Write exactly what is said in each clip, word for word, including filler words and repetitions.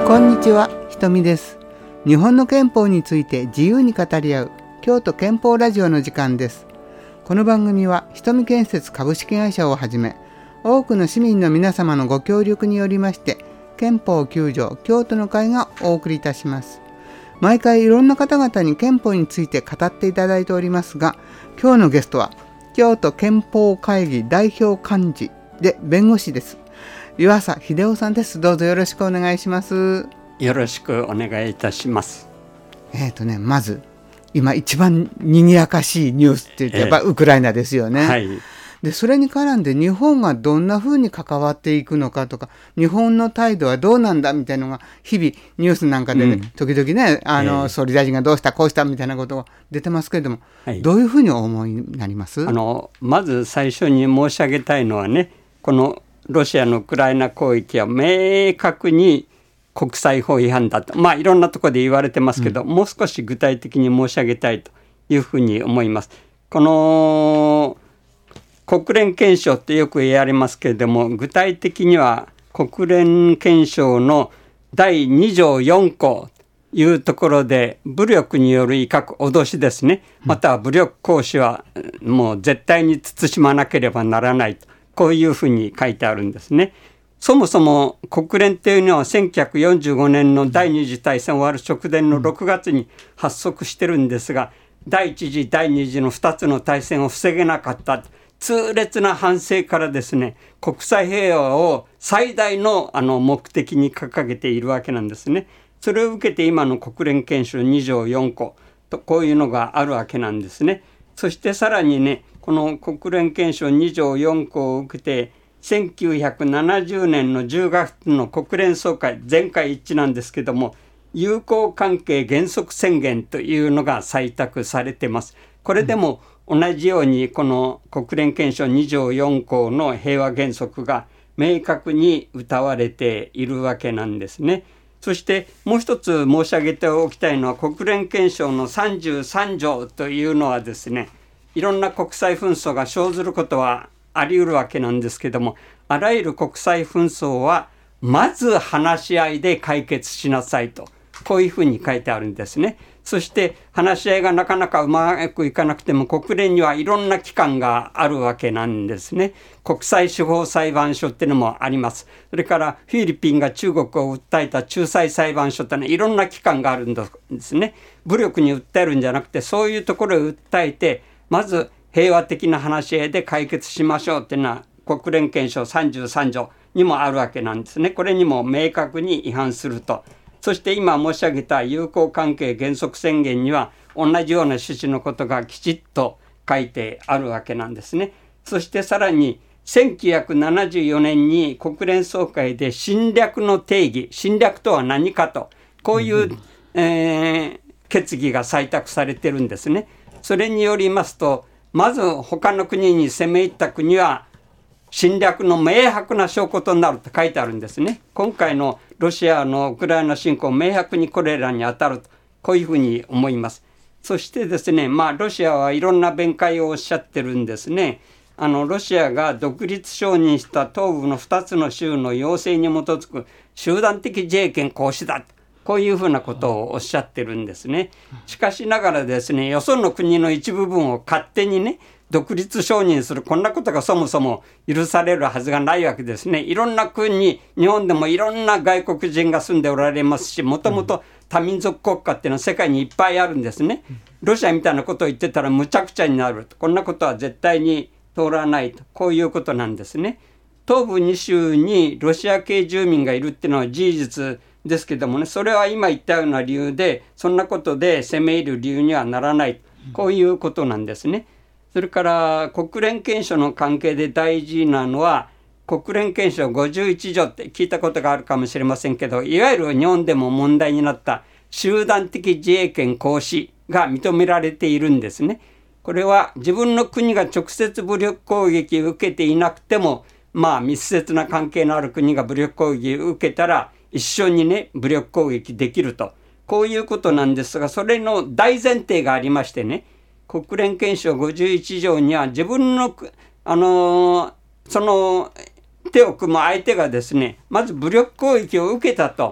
こんにちは、ひとみです。日本の憲法について自由に語り合う京都憲法ラジオの時間です。この番組はひとみ建設株式会社をはじめ多くの市民の皆様のご協力によりまして憲法きゅう条京都の会がお送りいたします。毎回いろんな方々に憲法について語っていただいておりますが、今日のゲストは京都憲法会議代表幹事で弁護士です。湯浅秀夫さんです。どうぞよろしくお願いします。 よろしくお願いいたします。 えーとね、まず今一番賑やかしいニュースって言えばウクライナですよね、 えーはい、 でそれに絡んで日本がどんな風に関わっていくのかとか、日本の態度はどうなんだみたいなのが日々ニュースなんかで、ねうん、時々ねあの、えー、総理大臣がどうしたこうしたみたいなことが出てますけれども、はい、どういうふうにお思いになります？ あのまず最初に申し上げたいのはね、このロシアのウクライナ攻撃は明確に国際法違反だと、まあいろんなところで言われてますけど、うん、もう少し具体的に申し上げたいというふうに思います。この国連憲章ってよく言われますけれども、具体的には国連憲章のだいに条よん項というところで、武力による威嚇、脅しですね、または武力行使はもう絶対に慎まなければならないと、こういうふうに書いてあるんですね。そもそも国連というのはせんきゅうひゃくよんじゅうごねんの第二次大戦終わる直前のろくがつに発足してるんですが、第一次第二次のふたつの大戦を防げなかった痛烈な反省からですね、国際平和を最大のあの目的に掲げているわけなんですね。それを受けて今の国連憲章に条よん項とこういうのがあるわけなんですね。そしてさらにね、この国連憲章に条よん項を受けてせんきゅうひゃくななじゅうねんのじゅうがつの国連総会、全会一致なんですけども、友好関係原則宣言というのが採択されています。これでも同じようにこの国連憲章に条よん項の平和原則が明確に謳われているわけなんですね。そしてもう一つ申し上げておきたいのは、国連憲章のさんじゅうさん条というのはですね、いろんな国際紛争が生ずることはあり得るわけなんですけども、あらゆる国際紛争はまず話し合いで解決しなさいと、こういうふうに書いてあるんですね。そして話し合いがなかなかうまくいかなくても、国連にはいろんな機関があるわけなんですね。国際司法裁判所っていうのもあります。それからフィリピンが中国を訴えた仲裁裁判所ってのはいろんな機関があるんですね。武力に訴えるんじゃなくて、そういうところを訴えて、まず平和的な話し合いで解決しましょうっていうのは国連憲章さんじゅうさん条にもあるわけなんですね。これにも明確に違反すると。そして今申し上げた友好関係原則宣言には同じような趣旨のことがきちっと書いてあるわけなんですね。そしてさらにせんきゅうひゃくななじゅうよねんに国連総会で侵略の定義、侵略とは何かと、こういう、うんえー、決議が採択されてるんですね。それによりますと、まず他の国に攻め入った国は侵略の明白な証拠となると書いてあるんですね。今回のロシアのウクライナ侵攻、明白にこれらに当たると、こういうふうに思います。そしてですね、まあロシアはいろんな弁解をおっしゃってるんですね。あのロシアが独立承認した東部のふたつの州の要請に基づく集団的自衛権行使だ、こういうふうなことをおっしゃってるんですね。しかしながらですね、よその国の一部分を勝手にね独立承認する、こんなことがそもそも許されるはずがないわけですね。いろんな国、日本でもいろんな外国人が住んでおられますし、もともと多民族国家っていうのは世界にいっぱいあるんですね。ロシアみたいなことを言ってたらむちゃくちゃになると、こんなことは絶対に通らないと、こういうことなんですね。東部に州にロシア系住民がいるっていうのは事実ですけどもね、それは今言ったような理由で、そんなことで攻め入る理由にはならない、こういうことなんですね。それから国連憲章の関係で大事なのは、国連憲章ごじゅういち条って聞いたことがあるかもしれませんけど、いわゆる日本でも問題になった集団的自衛権行使が認められているんですね。これは自分の国が直接武力攻撃を受けていなくても、まあ密接な関係のある国が武力攻撃を受けたら一緒にね武力攻撃できると、こういうことなんですが、それの大前提がありましてね、国連憲章ごじゅういち条には自分の、あのー、その手を組む相手がですね、まず武力攻撃を受けたと、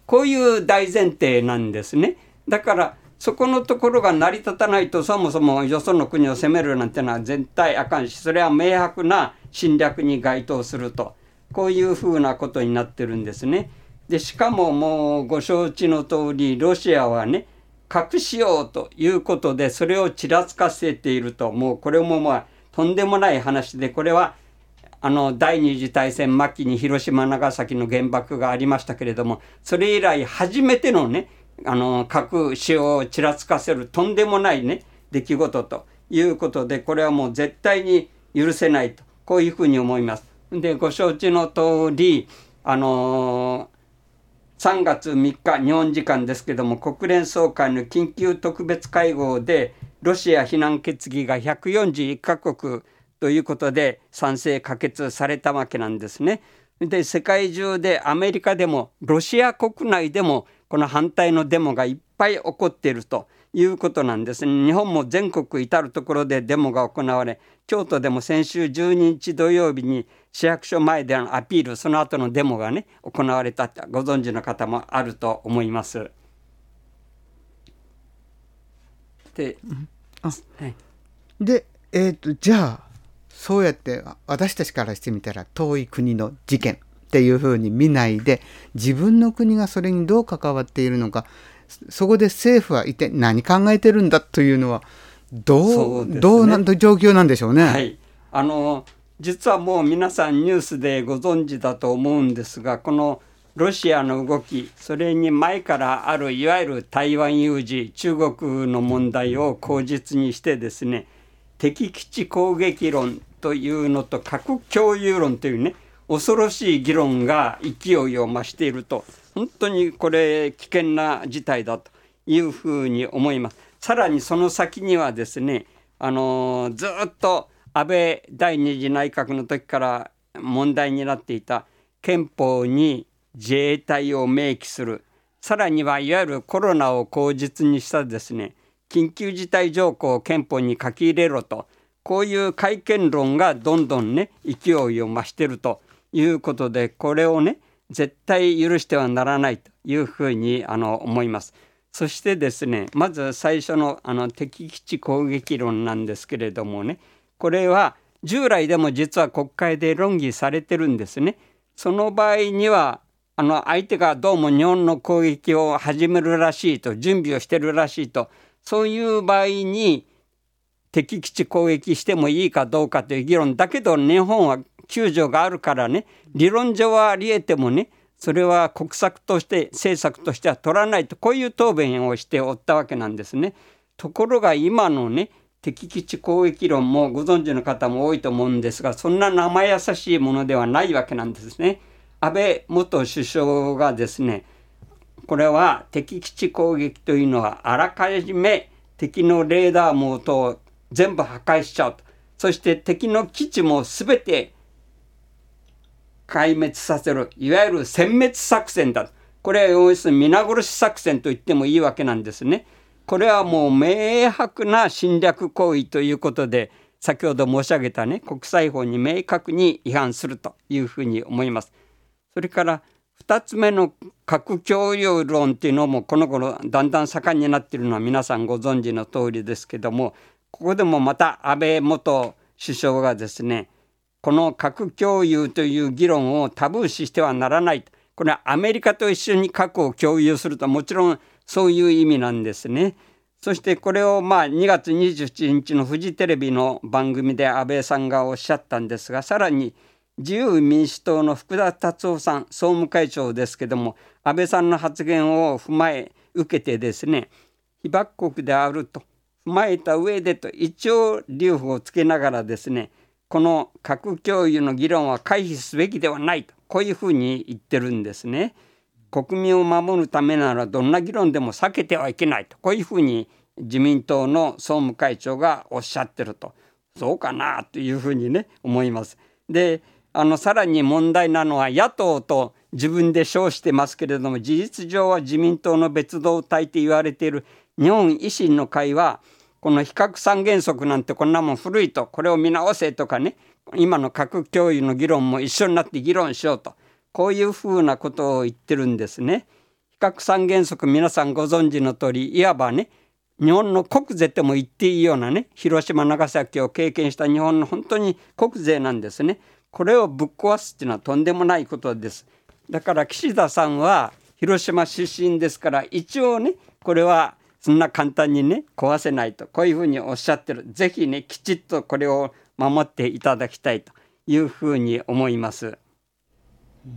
こういう大前提なんですね。だからそこのところが成り立たないと、そもそもよその国を攻めるなんてのは絶対あかんし、それは明白な侵略に該当すると、こういうふうなことになってるんですね。でしかももうご承知の通り、ロシアはね、核使用ということでそれをちらつかせていると、もうこれもまあとんでもない話で、これはあの第二次大戦末期に広島長崎の原爆がありましたけれども、それ以来初めてのね、あの核使用をちらつかせるとんでもないね出来事ということで、これはもう絶対に許せないと、こういうふうに思います。でご承知の通り、あのー、さんがつみっか日本時間ですけども、国連総会の緊急特別会合でロシア非難決議がひゃくよんじゅういっかこくということで賛成可決されたわけなんですね。で世界中で、アメリカでもロシア国内でもこの反対のデモがいっぱい起こっているということなんですね。日本も全国至るところでデモが行われ、京都でも先週じゅうににち土曜日に市役所前でのアピール、その後のデモがね行われたってご存知の方もあると思います。で、 あ、はい、で、えーと、じゃあそうやって私たちからしてみたら遠い国の事件っていうふうに見ないで、自分の国がそれにどう関わっているのか、そこで政府は一体何考えてるんだというのはどう、ね、どうな状況なんでしょうね。 はい、あの実はもう皆さんニュースでご存知だと思うんですが、このロシアの動き、それに前からあるいわゆる台湾有事、中国の問題を口実にしてですね、敵基地攻撃論というのと核共有論というね、恐ろしい議論が勢いを増していると、本当にこれ危険な事態だというふうに思います。さらにその先にはですね、あのずっと安倍第二次内閣の時から問題になっていた憲法に自衛隊を明記する、さらにはいわゆるコロナを口実にしたですね、緊急事態条項を憲法に書き入れろと、こういう改憲論がどんどんね勢いを増しているということで、これをね絶対許してはならないというふうにあの思います。そしてですね、まず最初のあの敵基地攻撃論なんですけれどもね、これは従来でも実は国会で論議されてるんですね。その場合にはあの相手がどうも日本の攻撃を始めるらしいと、準備をしてるらしいと、そういう場合に敵基地攻撃してもいいかどうかという議論だけど、日本はきゅうじょうがあるからね、理論上はありえてもね、それは国策として政策としては取らないと、こういう答弁をしておったわけなんですね。ところが今のね敵基地攻撃論もご存知の方も多いと思うんですが、そんな生優しいものではないわけなんですね。安倍元首相がですね、これは敵基地攻撃というのはあらかじめ敵のレーダー網等を全部破壊しちゃうと、そして敵の基地も全て壊滅させる、いわゆる殲滅作戦だ。これは要するに皆殺し作戦と言ってもいいわけなんですね。これはもう明白な侵略行為ということで、先ほど申し上げたね国際法に明確に違反するというふうに思います。それからふたつめの核共有論というのもこの頃だんだん盛んになっているのは皆さんご存知の通りですけども、ここでもまた安倍元首相がですね、この核共有という議論をタブー視してはならない、これはアメリカと一緒に核を共有すると、もちろんそういう意味なんですね。そしてこれをまあにがつにじゅうしちにちのフジテレビの番組で安倍さんがおっしゃったんですが、さらに自由民主党の福田達夫さん総務会長ですけども、安倍さんの発言を踏まえ受けてですね、被爆国であると踏まえた上でと一応留保をつけながらですね、この核共有の議論は回避すべきではないと、こういうふうに言ってるんですね。国民を守るためならどんな議論でも避けてはいけないと、こういうふうに自民党の総務会長がおっしゃってると、そうかなというふうにね思います。で、あのさらに問題なのは野党と自分で称してますけれども、事実上は自民党の別動隊と言われている日本維新の会は、この非核三原則なんてこんなもん古いと、これを見直せとかね、今の核共有の議論も一緒になって議論しようと、こういうふうなことを言ってるんですね。非核三原則、皆さんご存知の通り、いわばね、日本の国是とも言っていいようなね、広島長崎を経験した日本の本当に国是なんですね。これをぶっ壊すっていうのはとんでもないことです。だから岸田さんは広島出身ですから、一応ね、これはそんな簡単にね壊せないと、こういうふうにおっしゃってる。ぜひね、きちっとこれを守っていただきたいというふうに思います。 うん、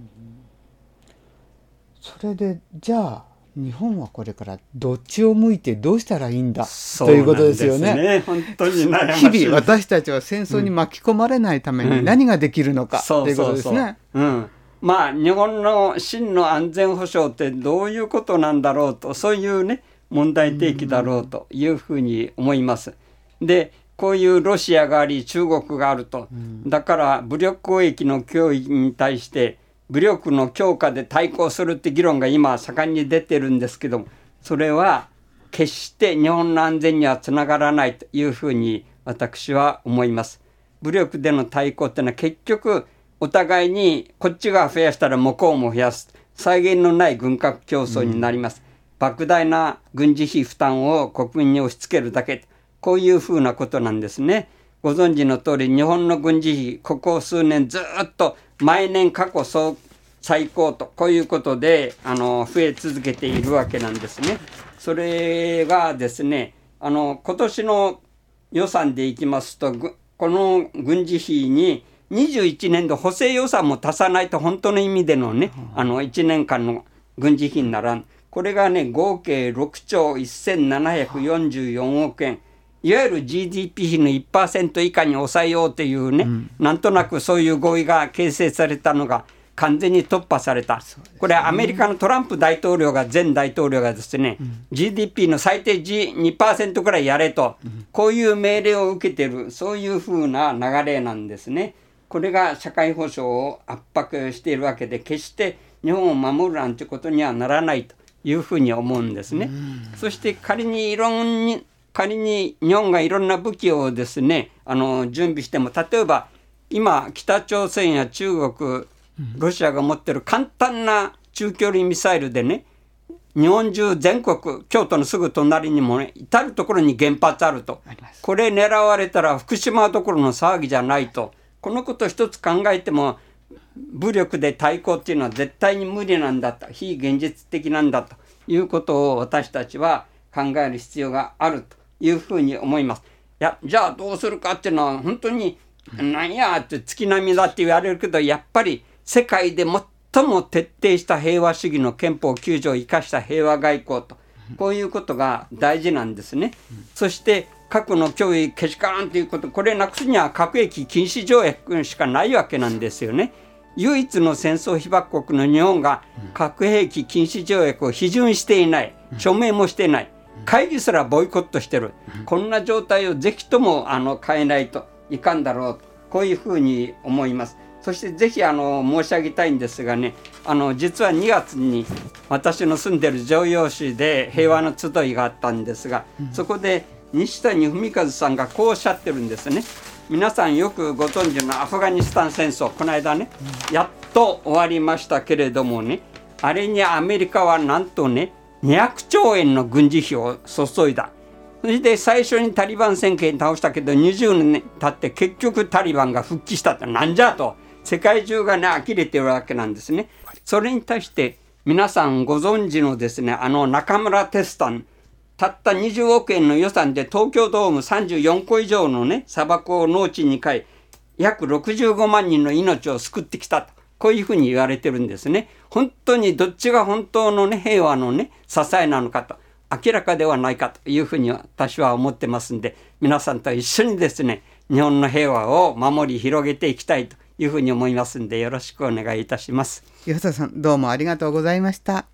それでじゃあ日本はこれからどっちを向いてどうしたらいいんだということですよね。 ね、本当に悩ましい。 日々私たちは戦争に巻き込まれないために何ができるのか、うん、ということですね。 まあ日本の真の安全保障ってどういうことなんだろうと、そういうね問題提起だろうというふうに思います。で、こういうロシアがあり中国があると、だから武力攻撃の脅威に対して武力の強化で対抗するって議論が今盛んに出てるんですけども、それは決して日本の安全にはつながらないというふうに私は思います。武力での対抗ってのは結局お互いにこっちが増やしたら向こうも増やす、際限のない軍拡競争になります、うん、莫大な軍事費負担を国民に押し付けるだけ、こういうふうなことなんですね。ご存知の通り日本の軍事費ここ数年ずっと毎年過去最高と、こういうことであの増え続けているわけなんですね。それがですね、あの今年の予算でいきますと、この軍事費ににじゅういちねんど補正予算も足さないと本当の意味でのね、あのいちねんかんの軍事費にならん。これがね合計ろくちょうせんななひゃくよんじゅうよんおくえん、いわゆる ジーディーピー 比の いちパーセント 以下に抑えようというね、うん、なんとなくそういう合意が形成されたのが完全に突破された、ね、これはアメリカのトランプ大統領が前大統領がですね、うん、ジーディーピー の最低 にパーセント くらいやれと、うん、こういう命令を受けている、そういうふうな流れなんですね。これが社会保障を圧迫しているわけで、決して日本を守るなんてことにはならないというふうに思うんですね。そして仮にいろんに仮に日本がいろんな武器をですねあの準備しても、例えば今北朝鮮や中国ロシアが持っている簡単な中距離ミサイルでね、日本中全国、京都のすぐ隣にもね至るところに原発あると、これ狙われたら福島どころの騒ぎじゃないと、このこと一つ考えても武力で対抗っていうのは絶対に無理なんだと、非現実的なんだということを私たちは考える必要があるというふうに思います。いや、じゃあどうするかっていうのは本当になんやって月並みだって言われるけど、やっぱり世界で最も徹底した平和主義の憲法きゅうじょうを生かした平和外交と、こういうことが大事なんですね。そして核の脅威けしからんということ、これなくすには核兵器禁止条約しかないわけなんですよね。唯一の戦争被爆国の日本が核兵器禁止条約を批准していない、署名もしていない、会議すらボイコットしてる、こんな状態をぜひともあの変えないといかんだろうと、こういうふうに思います。そしてぜひあの申し上げたいんですがね、あの実はにがつに私の住んでる城陽市で平和の集いがあったんですが、そこで西谷文和さんがこうおっしゃってるんですね。皆さんよくご存知のアフガニスタン戦争、この間ね、やっと終わりましたけれどもね、あれにアメリカはなんとねにひゃくちょうえんの軍事費を注いだ。それで最初にタリバン政権倒したけどにじゅうねん経って結局タリバンが復帰したってなんじゃと世界中がね呆れてるわけなんですね。それに対して皆さんご存知のですね、あの中村哲さん、たったにじゅうおくえんの予算で東京ドームさんじゅうよんこ以上のね砂漠を農地に変え約ろくじゅうごまんにんの命を救ってきたと、こういうふうに言われてるんですね。本当にどっちが本当のね平和のね支えなのかと明らかではないかというふうに私は思ってますんで、皆さんと一緒にですね日本の平和を守り広げていきたいというふうに思いますんで、よろしくお願いいたします。 岩田さん、どうもありがとうございました。